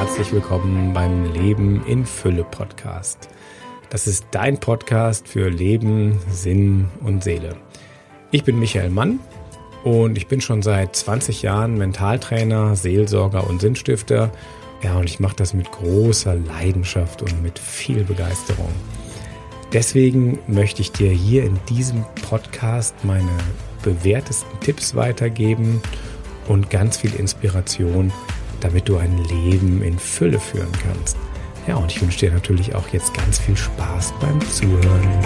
herzlich willkommen beim Leben in Fülle Podcast. Das ist dein Podcast für Leben, Sinn und Seele. Ich bin Michael Mann und ich bin schon seit 20 Jahren Mentaltrainer, Seelsorger und Sinnstifter. Ja, und ich mache das mit großer Leidenschaft und mit viel Begeisterung. Deswegen möchte ich dir hier in diesem Podcast meine bewährtesten Tipps weitergeben und ganz viel Inspiration, damit du ein Leben in Fülle führen kannst. Ja, und ich wünsche dir natürlich auch jetzt ganz viel Spaß beim Zuhören.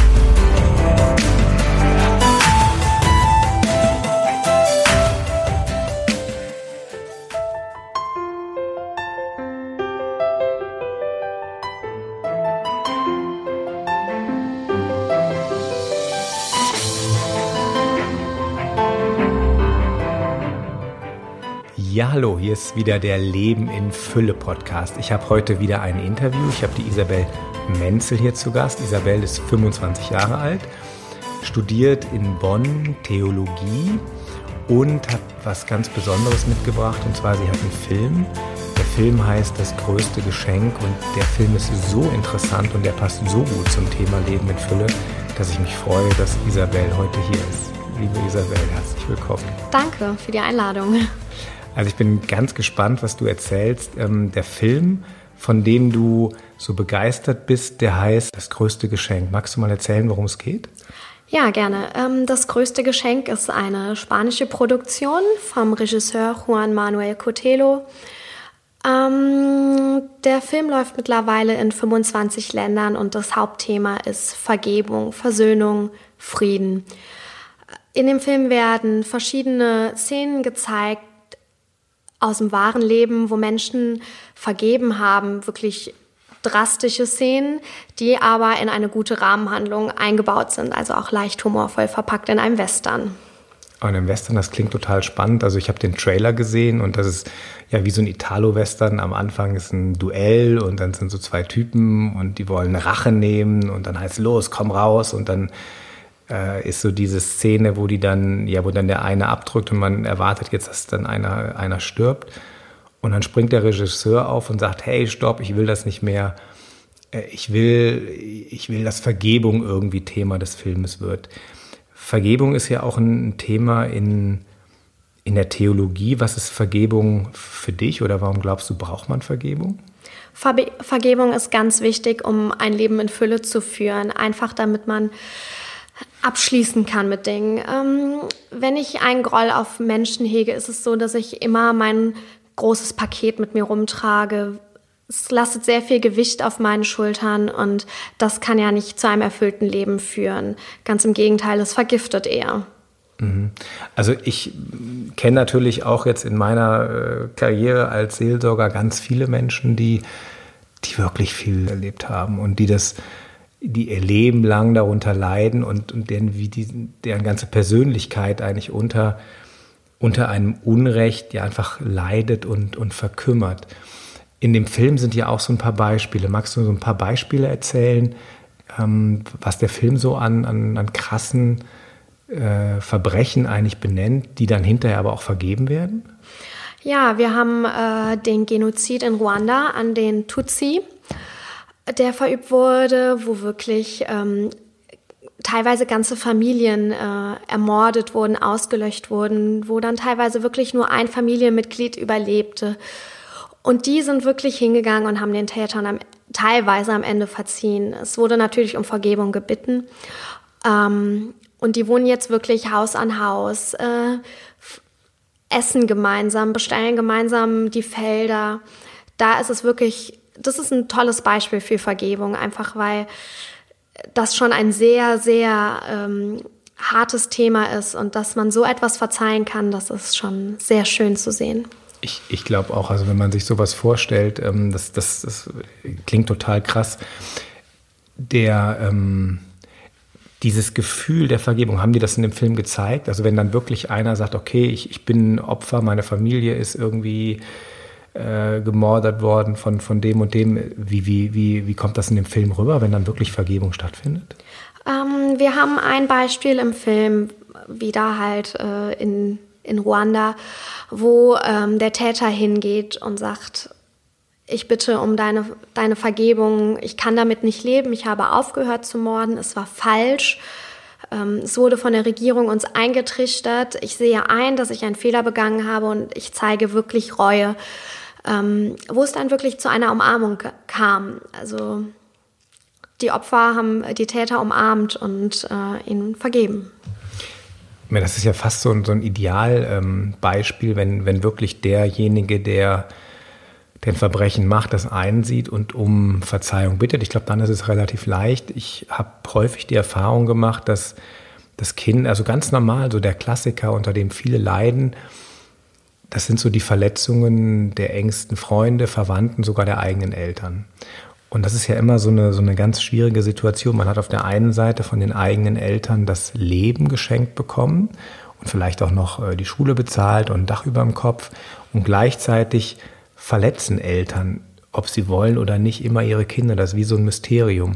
Ja, hallo, hier ist wieder der Leben in Fülle Podcast. Ich habe heute wieder ein Interview. Ich habe die Isabel Menzel hier zu Gast. Isabel ist 25 Jahre alt, studiert in Bonn Theologie und hat was ganz Besonderes mitgebracht. Und zwar, sie hat einen Film. Der Film heißt Das größte Geschenk und der Film ist so interessant und der passt so gut zum Thema Leben in Fülle, dass ich mich freue, dass Isabel heute hier ist. Liebe Isabel, herzlich willkommen. Danke für die Einladung. Also ich bin ganz gespannt, was du erzählst. Der Film, von dem du so begeistert bist, der heißt Das größte Geschenk. Magst du mal erzählen, worum es geht? Ja, gerne. Das größte Geschenk ist eine spanische Produktion vom Regisseur Juan Manuel Cotelo. Der Film läuft mittlerweile in 25 Ländern und das Hauptthema ist Vergebung, Versöhnung, Frieden. In dem Film werden verschiedene Szenen gezeigt, aus dem wahren Leben, wo Menschen vergeben haben, wirklich drastische Szenen, die aber in eine gute Rahmenhandlung eingebaut sind, also auch leicht humorvoll verpackt in einem Western. Und im Western, das klingt total spannend. Also ich habe den Trailer gesehen und das ist ja wie so ein Italo-Western. Am Anfang ist ein Duell und dann sind so zwei Typen und die wollen Rache nehmen und dann heißt es, los, komm raus und dann ist so diese Szene, wo dann der eine abdrückt und man erwartet jetzt, dass dann einer stirbt. Und dann springt der Regisseur auf und sagt, hey, stopp, ich will das nicht mehr. Ich will, dass Vergebung irgendwie Thema des Filmes wird. Vergebung ist ja auch ein Thema in der Theologie. Was ist Vergebung für dich oder warum glaubst du, braucht man Vergebung? Vergebung ist ganz wichtig, um ein Leben in Fülle zu führen. Einfach damit man abschließen kann mit Dingen. Wenn ich einen Groll auf Menschen hege, ist es so, dass ich immer mein großes Paket mit mir rumtrage. Es lastet sehr viel Gewicht auf meinen Schultern und das kann ja nicht zu einem erfüllten Leben führen. Ganz im Gegenteil, es vergiftet eher. Also ich kenne natürlich auch jetzt in meiner Karriere als Seelsorger ganz viele Menschen, die wirklich viel erlebt haben und die ihr Leben lang darunter leiden und deren ganze Persönlichkeit eigentlich unter einem Unrecht ja einfach leidet und verkümmert. In dem Film sind ja auch so ein paar Beispiele. Magst du so ein paar Beispiele erzählen, was der Film so an krassen Verbrechen eigentlich benennt, die dann hinterher aber auch vergeben werden? Ja, wir haben den Genozid in Ruanda an den Tutsi, der verübt wurde, wo wirklich teilweise ganze Familien ermordet wurden, ausgelöscht wurden, wo dann teilweise wirklich nur ein Familienmitglied überlebte. Und die sind wirklich hingegangen und haben den Tätern teilweise am Ende verziehen. Es wurde natürlich um Vergebung gebeten. Und die wohnen jetzt wirklich Haus an Haus, essen gemeinsam, bestellen gemeinsam die Felder. Da ist es wirklich, das ist ein tolles Beispiel für Vergebung, einfach weil das schon ein sehr, sehr hartes Thema ist und dass man so etwas verzeihen kann, das ist schon sehr schön zu sehen. Ich glaube auch, also wenn man sich sowas vorstellt, das klingt total krass. Dieses Gefühl der Vergebung, haben die das in dem Film gezeigt? Also wenn dann wirklich einer sagt, okay, ich bin ein Opfer, meine Familie ist irgendwie gemordet worden von dem und dem. Wie kommt das in dem Film rüber, wenn dann wirklich Vergebung stattfindet? Wir haben ein Beispiel im Film, wieder halt in Ruanda, wo der Täter hingeht und sagt, ich bitte um deine Vergebung, ich kann damit nicht leben, ich habe aufgehört zu morden, es war falsch. Es wurde von der Regierung uns eingetrichtert. Ich sehe ein, dass ich einen Fehler begangen habe und ich zeige wirklich Reue. Wo es dann wirklich zu einer Umarmung kam. Also die Opfer haben die Täter umarmt und ihnen vergeben. Ja, das ist ja fast so ein Idealbeispiel, wenn wirklich derjenige, der den Verbrechen macht, das einsieht und um Verzeihung bittet. Ich glaube, dann ist es relativ leicht. Ich habe häufig die Erfahrung gemacht, dass das Kind, also ganz normal, so der Klassiker, unter dem viele leiden, das sind so die Verletzungen der engsten Freunde, Verwandten, sogar der eigenen Eltern. Und das ist ja immer so eine ganz schwierige Situation. Man hat auf der einen Seite von den eigenen Eltern das Leben geschenkt bekommen und vielleicht auch noch die Schule bezahlt und ein Dach über dem Kopf. Und gleichzeitig verletzen Eltern, ob sie wollen oder nicht, immer ihre Kinder. Das ist wie so ein Mysterium.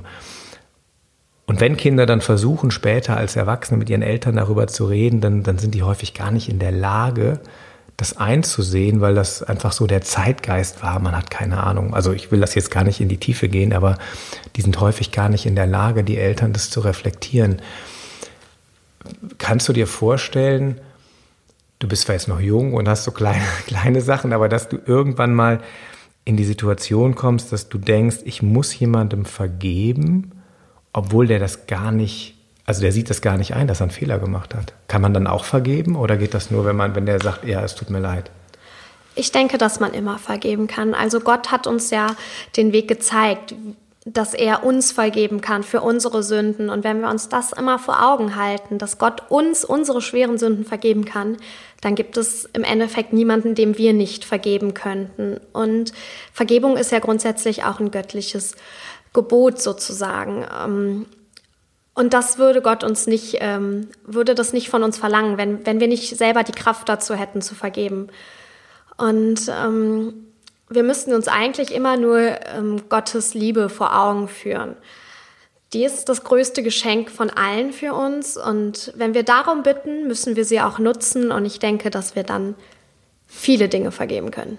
Und wenn Kinder dann versuchen, später als Erwachsene mit ihren Eltern darüber zu reden, dann sind die häufig gar nicht in der Lage, das einzusehen, weil das einfach so der Zeitgeist war. Man hat keine Ahnung. Also ich will das jetzt gar nicht in die Tiefe gehen, aber die sind häufig gar nicht in der Lage, die Eltern das zu reflektieren. Kannst du dir vorstellen, du bist zwar jetzt noch jung und hast so kleine Sachen, aber dass du irgendwann mal in die Situation kommst, dass du denkst, ich muss jemandem vergeben, obwohl der das gar nicht, also der sieht das gar nicht ein, dass er einen Fehler gemacht hat. Kann man dann auch vergeben oder geht das nur, wenn der sagt, ja, es tut mir leid? Ich denke, dass man immer vergeben kann. Also Gott hat uns ja den Weg gezeigt, dass er uns vergeben kann für unsere Sünden. Und wenn wir uns das immer vor Augen halten, dass Gott uns unsere schweren Sünden vergeben kann, dann gibt es im Endeffekt niemanden, dem wir nicht vergeben könnten. Und Vergebung ist ja grundsätzlich auch ein göttliches Gebot sozusagen. Und das würde Gott uns nicht, würde das nicht von uns verlangen, wenn wir nicht selber die Kraft dazu hätten, zu vergeben. Und wir müssten uns eigentlich immer nur Gottes Liebe vor Augen führen. Die ist das größte Geschenk von allen für uns. Und wenn wir darum bitten, müssen wir sie auch nutzen. Und ich denke, dass wir dann viele Dinge vergeben können.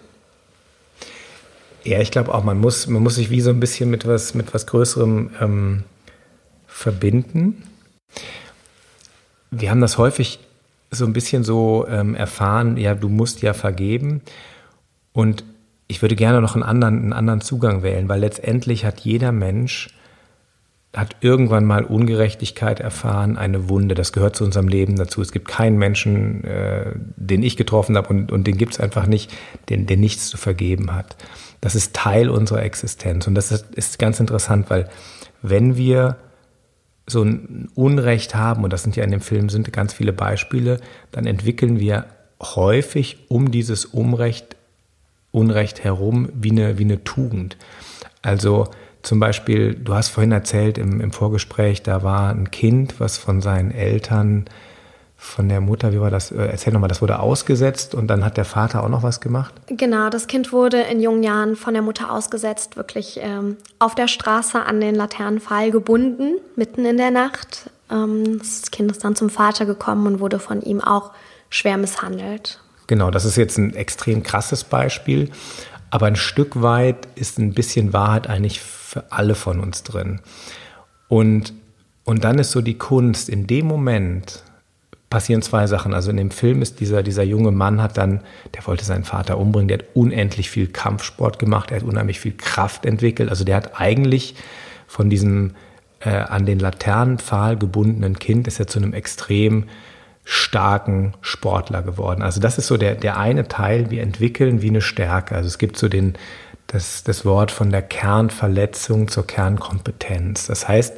Ja, ich glaube auch, man muss sich wie so ein bisschen mit was Größerem verbinden. Wir haben das häufig so ein bisschen so erfahren, ja, du musst ja vergeben. Und ich würde gerne noch einen anderen Zugang wählen, weil letztendlich hat jeder Mensch irgendwann mal Ungerechtigkeit erfahren, eine Wunde. Das gehört zu unserem Leben dazu. Es gibt keinen Menschen, den ich getroffen habe und den gibt es einfach nicht, der nichts zu vergeben hat. Das ist Teil unserer Existenz. Und das ist ganz interessant, weil wenn wir so ein Unrecht haben, und das sind ja in dem Film sind ganz viele Beispiele, dann entwickeln wir häufig um dieses Unrecht herum wie eine Tugend. Also zum Beispiel, du hast vorhin erzählt im Vorgespräch, da war ein Kind, was von seinen Eltern, von der Mutter, wie war das? Erzähl nochmal, das wurde ausgesetzt und dann hat der Vater auch noch was gemacht? Genau, das Kind wurde in jungen Jahren von der Mutter ausgesetzt, wirklich auf der Straße an den Laternenpfahl gebunden, mitten in der Nacht. Das Kind ist dann zum Vater gekommen und wurde von ihm auch schwer misshandelt. Genau, das ist jetzt ein extrem krasses Beispiel, aber ein Stück weit ist ein bisschen Wahrheit eigentlich für alle von uns drin. Und dann ist so die Kunst, in dem Moment passieren zwei Sachen. Also in dem Film ist dieser junge Mann der wollte seinen Vater umbringen, der hat unendlich viel Kampfsport gemacht, er hat unheimlich viel Kraft entwickelt. Also der hat eigentlich von diesem an den Laternenpfahl gebundenen Kind ist er zu einem extrem starken Sportler geworden. Also das ist so der eine Teil, wir entwickeln wie eine Stärke. Also es gibt so das Wort von der Kernverletzung zur Kernkompetenz. Das heißt,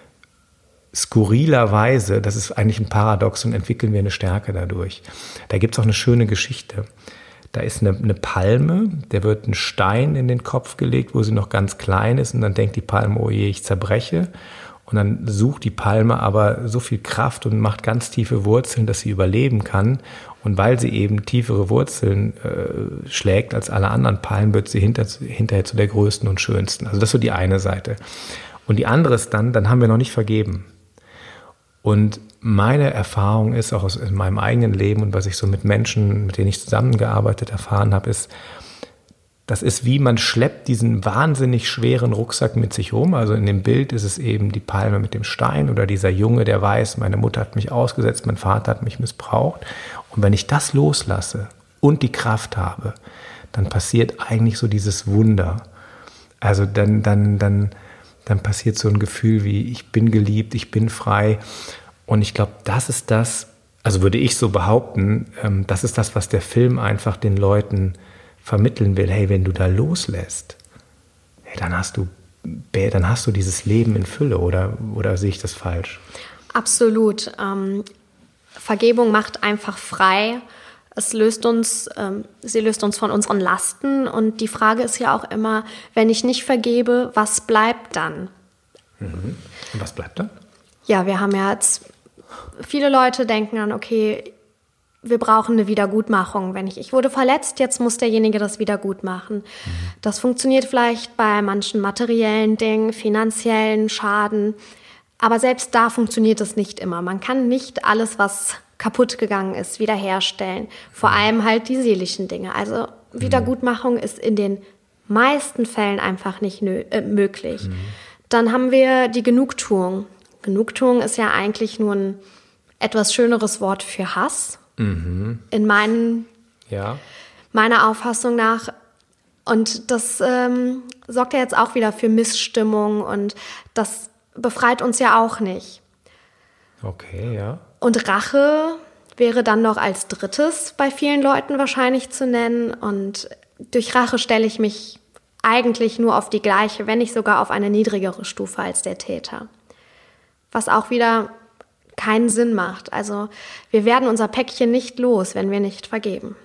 skurrilerweise, das ist eigentlich ein Paradoxon, entwickeln wir eine Stärke dadurch. Da gibt es auch eine schöne Geschichte. Da ist eine Palme, der wird ein Stein in den Kopf gelegt, wo sie noch ganz klein ist und dann denkt die Palme, oh je, ich zerbreche. Und dann sucht die Palme aber so viel Kraft und macht ganz tiefe Wurzeln, dass sie überleben kann. Und weil sie eben tiefere Wurzeln schlägt als alle anderen Palmen, wird sie hinterher zu der größten und schönsten. Also das ist so die eine Seite. Und die andere ist dann haben wir noch nicht vergeben. Und meine Erfahrung ist, auch aus meinem eigenen Leben und was ich so mit Menschen, mit denen ich zusammengearbeitet erfahren habe, ist, das ist wie, man schleppt diesen wahnsinnig schweren Rucksack mit sich rum. Also in dem Bild ist es eben die Palme mit dem Stein oder dieser Junge, der weiß, meine Mutter hat mich ausgesetzt, mein Vater hat mich missbraucht. Und wenn ich das loslasse und die Kraft habe, dann passiert eigentlich so dieses Wunder. Also dann passiert so ein Gefühl wie, ich bin geliebt, ich bin frei. Und ich glaube, das ist das, also würde ich so behaupten, das ist das, was der Film einfach den Leuten vermitteln will. Hey, wenn du da loslässt, hey, dann hast du dieses Leben in Fülle, oder sehe ich das falsch? Absolut. Vergebung macht einfach frei. Sie löst uns von unseren Lasten. Und die Frage ist ja auch immer, wenn ich nicht vergebe, was bleibt dann? Mhm. Und was bleibt dann? Ja, wir haben ja jetzt, viele Leute denken dann, okay, wir brauchen eine Wiedergutmachung. Ich wurde verletzt, jetzt muss derjenige das wieder gut machen. Mhm. Das funktioniert vielleicht bei manchen materiellen Dingen, finanziellen Schaden. Aber selbst da funktioniert es nicht immer. Man kann nicht alles, was kaputt gegangen ist, wiederherstellen. Vor allem halt die seelischen Dinge. Also Wiedergutmachung ist in den meisten Fällen einfach nicht möglich. Mhm. Dann haben wir die Genugtuung. Genugtuung ist ja eigentlich nur ein etwas schöneres Wort für Hass. Mhm. In meiner Auffassung nach. Und das sorgt ja jetzt auch wieder für Missstimmung und das befreit uns ja auch nicht. Okay, ja. Und Rache wäre dann noch als drittes bei vielen Leuten wahrscheinlich zu nennen. Und durch Rache stelle ich mich eigentlich nur auf die gleiche, wenn nicht sogar auf eine niedrigere Stufe als der Täter. Was auch wieder keinen Sinn macht. Also wir werden unser Päckchen nicht los, wenn wir nicht vergeben.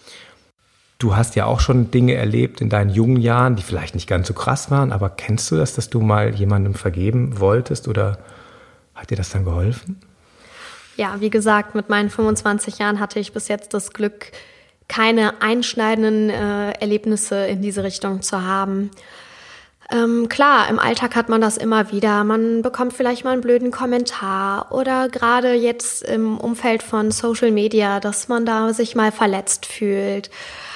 Du hast ja auch schon Dinge erlebt in deinen jungen Jahren, die vielleicht nicht ganz so krass waren, aber kennst du das, dass du mal jemandem vergeben wolltest oder hat dir das dann geholfen? Ja, wie gesagt, mit meinen 25 Jahren hatte ich bis jetzt das Glück, keine einschneidenden Erlebnisse in diese Richtung zu haben. Klar, im Alltag hat man das immer wieder. Man bekommt vielleicht mal einen blöden Kommentar oder gerade jetzt im Umfeld von Social Media, dass man da sich mal verletzt fühlt.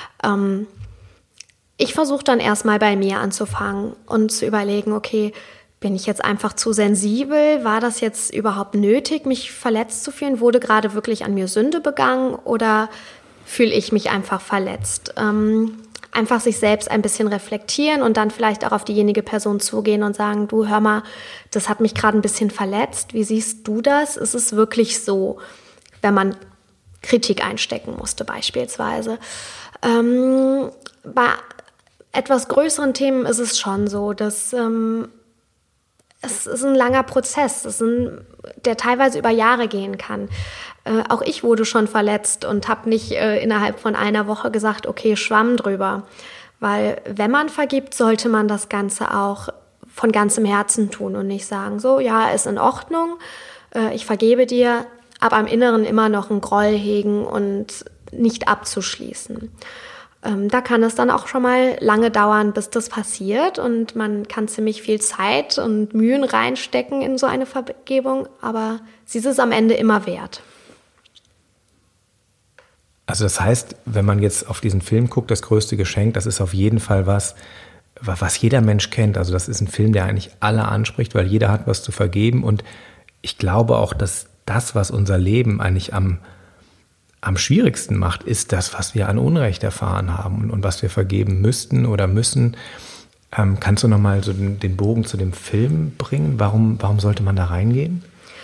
Ich versuche dann erstmal bei mir anzufangen und zu überlegen, okay, bin ich jetzt einfach zu sensibel? War das jetzt überhaupt nötig, mich verletzt zu fühlen? Wurde gerade wirklich an mir Sünde begangen oder fühle ich mich einfach verletzt? Einfach sich selbst ein bisschen reflektieren und dann vielleicht auch auf diejenige Person zugehen und sagen, du, hör mal, das hat mich gerade ein bisschen verletzt. Wie siehst du das? Ist es wirklich so, wenn man Kritik einstecken musste beispielsweise? Bei etwas größeren Themen ist es schon so, dass es ist ein langer Prozess, der teilweise über Jahre gehen kann. Auch ich wurde schon verletzt und habe nicht innerhalb von einer Woche gesagt, okay, Schwamm drüber. Weil wenn man vergibt, sollte man das Ganze auch von ganzem Herzen tun und nicht sagen, so, ja, ist in Ordnung, ich vergebe dir, aber im Inneren immer noch einen Groll hegen und nicht abzuschließen. Da kann es dann auch schon mal lange dauern, bis das passiert und man kann ziemlich viel Zeit und Mühen reinstecken in so eine Vergebung, aber sie ist es am Ende immer wert. Also das heißt, wenn man jetzt auf diesen Film guckt, das größte Geschenk, das ist auf jeden Fall was jeder Mensch kennt. Also das ist ein Film, der eigentlich alle anspricht, weil jeder hat was zu vergeben und ich glaube auch, dass das, was unser Leben eigentlich am schwierigsten macht, ist das, was wir an Unrecht erfahren haben und was wir vergeben müssten oder müssen. Kannst du nochmal so den Bogen zu dem Film bringen? Warum sollte man da reingehen?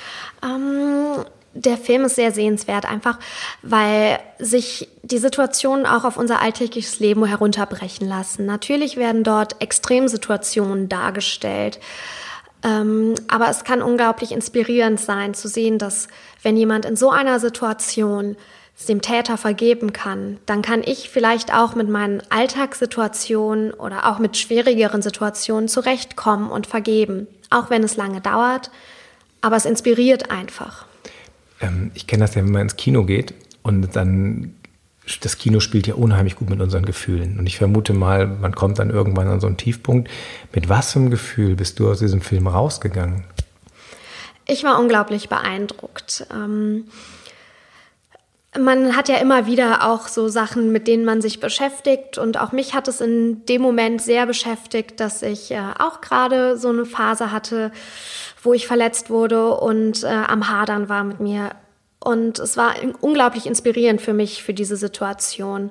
Der Film ist sehr sehenswert, einfach weil sich die Situationen auch auf unser alltägliches Leben herunterbrechen lassen. Natürlich werden dort Extremsituationen dargestellt, aber es kann unglaublich inspirierend sein, zu sehen, dass wenn jemand in so einer Situation dem Täter vergeben kann, dann kann ich vielleicht auch mit meinen Alltagssituationen oder auch mit schwierigeren Situationen zurechtkommen und vergeben, auch wenn es lange dauert, aber es inspiriert einfach. Ich kenne das ja, wenn man ins Kino geht und dann, das Kino spielt ja unheimlich gut mit unseren Gefühlen und ich vermute mal, man kommt dann irgendwann an so einen Tiefpunkt. Mit was für einem Gefühl bist du aus diesem Film rausgegangen? Ich war unglaublich beeindruckt. Man hat ja immer wieder auch so Sachen, mit denen man sich beschäftigt. Und auch mich hat es in dem Moment sehr beschäftigt, dass ich auch gerade so eine Phase hatte, wo ich verletzt wurde und am Hadern war mit mir. Und es war unglaublich inspirierend für mich, für diese Situation.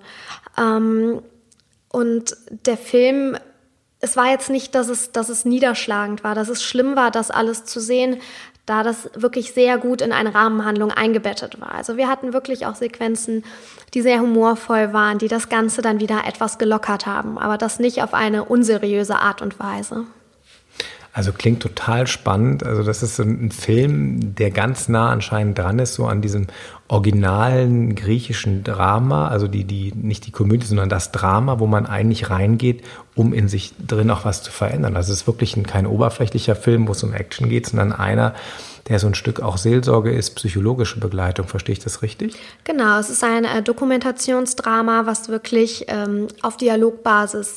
Und der Film, es war jetzt nicht, dass es niederschlagend war, dass es schlimm war, das alles zu sehen, da das wirklich sehr gut in eine Rahmenhandlung eingebettet war. Also wir hatten wirklich auch Sequenzen, die sehr humorvoll waren, die das Ganze dann wieder etwas gelockert haben, aber das nicht auf eine unseriöse Art und Weise. Also klingt total spannend. Also das ist ein Film, der ganz nah anscheinend dran ist, so an diesem originalen griechischen Drama, also nicht die Komödie, sondern das Drama, wo man eigentlich reingeht, um in sich drin auch was zu verändern. Also es ist wirklich kein oberflächlicher Film, wo es um Action geht, sondern einer, der so ein Stück auch Seelsorge ist, psychologische Begleitung. Verstehe ich das richtig? Genau, es ist ein Dokumentationsdrama, was wirklich auf Dialogbasis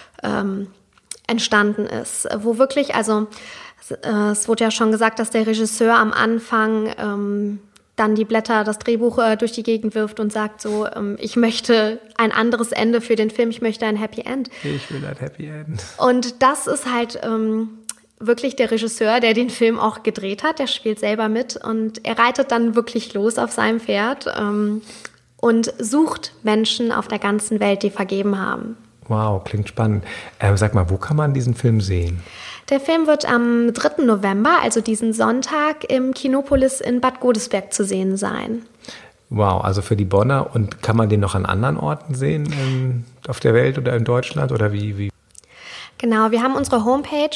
entstanden ist, wo wirklich, also es wurde ja schon gesagt, dass der Regisseur am Anfang dann die Blätter, das Drehbuch durch die Gegend wirft und sagt so, ich möchte ein anderes Ende für den Film, ich möchte ein Happy End. Ich will ein Happy End. Und das ist halt wirklich der Regisseur, der den Film auch gedreht hat, der spielt selber mit und er reitet dann wirklich los auf seinem Pferd und sucht Menschen auf der ganzen Welt, die vergeben haben. Wow, klingt spannend. Sag mal, wo kann man diesen Film sehen? Der Film wird am 3. November, also diesen Sonntag, im Kinopolis in Bad Godesberg zu sehen sein. Wow, also für die Bonner. Und kann man den noch an anderen Orten sehen auf der Welt oder in Deutschland oder wie? Genau, wir haben unsere Homepage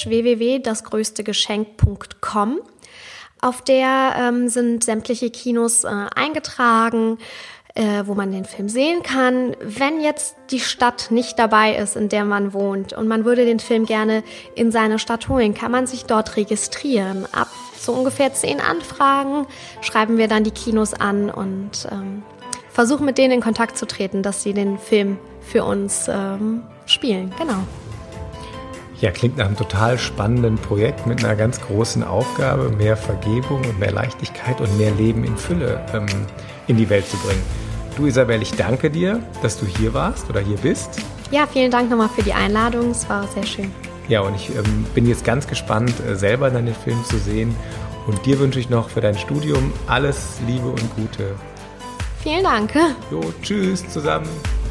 www.dasgrößtegeschenk.com. Auf der sind sämtliche Kinos eingetragen, wo man den Film sehen kann. Wenn jetzt die Stadt nicht dabei ist, in der man wohnt und man würde den Film gerne in seine Stadt holen, kann man sich dort registrieren. Ab so ungefähr 10 Anfragen schreiben wir dann die Kinos an und versuchen mit denen in Kontakt zu treten, dass sie den Film für uns spielen. Genau. Ja, klingt nach einem total spannenden Projekt mit einer ganz großen Aufgabe, mehr Vergebung und mehr Leichtigkeit und mehr Leben in Fülle in die Welt zu bringen. Du, Isabel, ich danke dir, dass du hier warst oder hier bist. Ja, vielen Dank nochmal für die Einladung. Es war sehr schön. Ja, und ich bin jetzt ganz gespannt, selber deinen Film zu sehen. Und dir wünsche ich noch für dein Studium alles Liebe und Gute. Vielen Dank. Jo, tschüss zusammen.